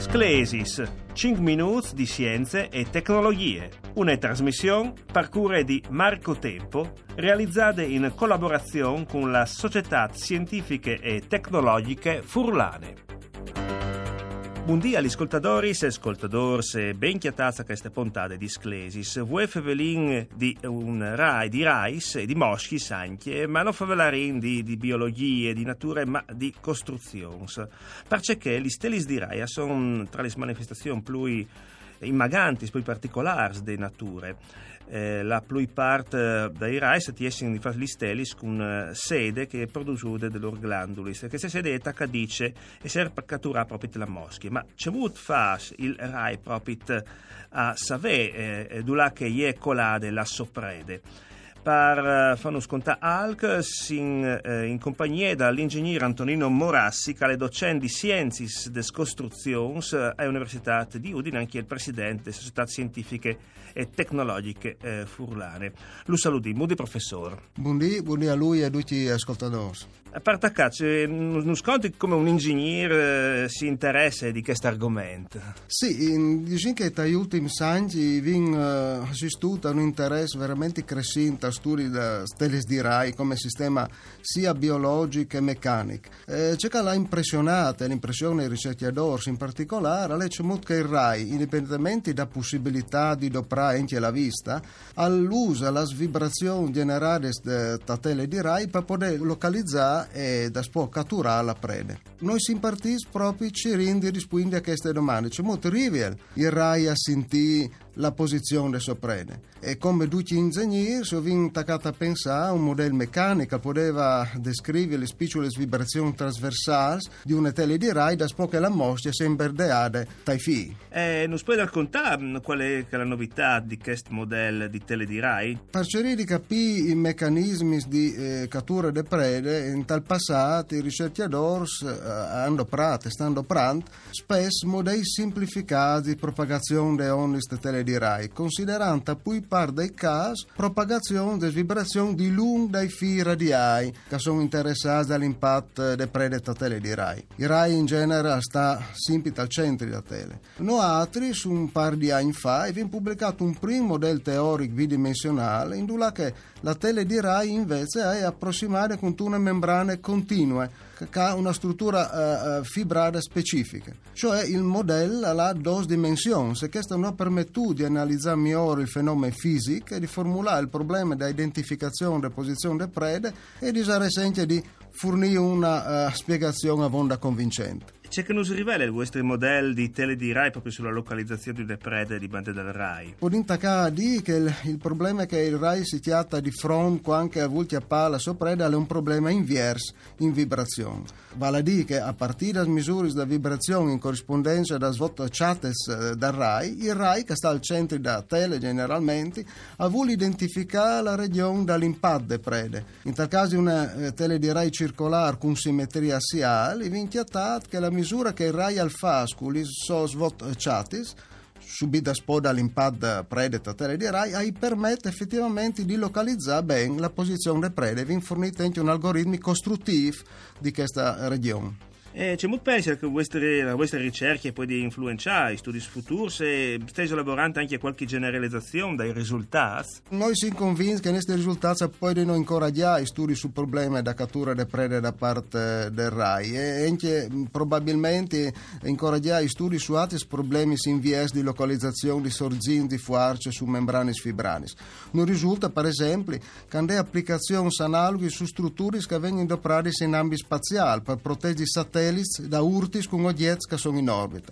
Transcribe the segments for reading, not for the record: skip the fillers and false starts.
Sclesis, 5 minuti di scienze e tecnologie. Una trasmissione parcure di Marco Tempo, realizzata in collaborazione con la Società Scientifiche e Tecnologiche Furlane. Buongiorno agli ascoltatori e ascoltadores e ben chiatazza queste puntate di Sclesis. Vuoi favelin di un rai, di rais e di moschis anche, ma non favelarin di biologia, di natura, ma di costruzioni. Perché gli stelis di raia sono tra le manifestazioni più immaganti, più particolari delle nature. La più parte dei rais ti escono di fare gli stelis con sede che produce delle loro glanduli, che se sede dice e serve per catturare proprio la moschia. Ma c'è molto fa il rai proprio a savere dove che è colade la soprede. Per fare uno sconta Alc in compagnia dall'ingegnere Antonino Morassi, che è docente di Sciences des Constructions all'Università di Udine, anche il presidente delle società scientifiche e tecnologiche furlane. Lo saluti, buon professore. Buondì a lui e a tutti gli ascoltatori. A parte caccia, non sconti come un ingegnere si interessa di questo argomento. Sì, diciamo che negli ultimi anni abbiamo assistito a un interesse veramente crescente a studi da stelle di Rai come sistema sia biologico che meccanico. C'è che l'ha impressionata, l'impressione dei ricercatori in particolare, c'è molto che il Rai, indipendentemente da possibilità di doprare anche la vista, all'uso alla vibrazione generale da tele di Rai per poter localizzare e da può catturare la prede. Noi si impartis proprio ci rende rispondi a queste domande. C'è molto trivial il Rai a sentire la posizione delle sue prede. E come tutti gli ingegneri si sono attaccati a pensare a un modello meccanico che poteva descrivere le piccole vibrazioni trasversali di una tele di Rai da che la mostra si imberdeade dai figli. Non puoi raccontare qual è la novità di questo modello di tele di Rai? Per cercare di capire i meccanismi di cattura delle prede, in tal passato i ricercatori stanno operando spesso modelli semplificati di propagazione delle onde di tele di Rai, considerando poi par dei casi propagazione delle vibrazioni di lungo dai fili radiai che sono interessati dall'impatto delle prede da tele di Rai. Il Rai in genere sta sempre al centro della tele. Noi altri, su un par di anni fa, abbiamo pubblicato un primo modello teorico bidimensionale in cui la tele di Rai invece è approssimata con una membrana continua che ha una struttura fibrata specifica, cioè il modello ha due dimensioni, e questo non permette di analizzare meglio il fenomeno fisico e di formulare il problema di identificazione della posizione delle prede e di usare esempio di fornire una spiegazione a vonda convincente. C'è che non si rivela il vostro modello di tele di Rai proprio sulla localizzazione delle prede di bande del Rai? Può intaccare di che il problema è che il Rai si chiata di fronte anche a volti a palla sopra è un problema inverso in vibrazione. Vale a dire che a partire dalle misure della vibrazione in corrispondenza da svot chattes dal Rai, il Rai che sta al centro della tele generalmente ha voluto identificare la regione dall'impatto delle prede. In tal caso una tele di Rai circolare con simmetria assiale viene chiatata che la misura che il Rai al fasculi so svot chatis subita spoda all'impad prede tele di Rai permette effettivamente di localizzare bene la posizione delle prede e vi fornite anche un algoritmo costruttivo di questa regione. C'è molto pensa che la vostra ricerca poi di influenzare i studi futuri se state lavorando anche a qualche generalizzazione dai risultati? Noi siamo convinti che questi risultati possono incoraggiare i studi sul problema della cattura delle prede da parte del Rai e anche probabilmente incoraggiare i studi su altri problemi invies di localizzazione di sorgenti di fuarce su membrane fibranis. Non risulta per esempio che hanno applicazioni analoghe su strutture che vengono adoperate in ambito spaziale per proteggere i satelliti da urti con oggetti che sono in orbita.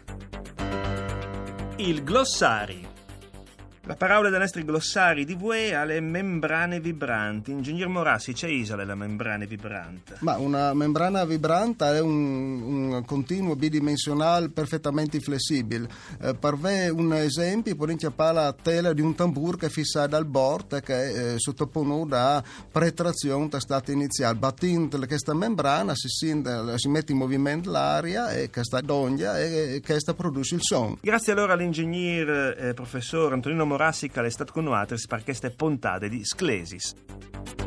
Il glossari. La parola dei nostri glossari di Vue alle membrane vibranti. Ingegner Morassi, c'è isole la membrana vibrante? Ma una membrana vibrante è un continuo bidimensionale perfettamente flessibile. Per ve un esempio, potete parlare la tela di un tamburo che è fissato al bordo e che è sottoponuta a pretrazione da stato iniziale. Battendo questa membrana si mette in movimento l'aria e questa d'onda e questa produce il suono. Grazie allora all'ingegner professor Antonino Morassi che è stato con noi per queste puntate di Sclesis.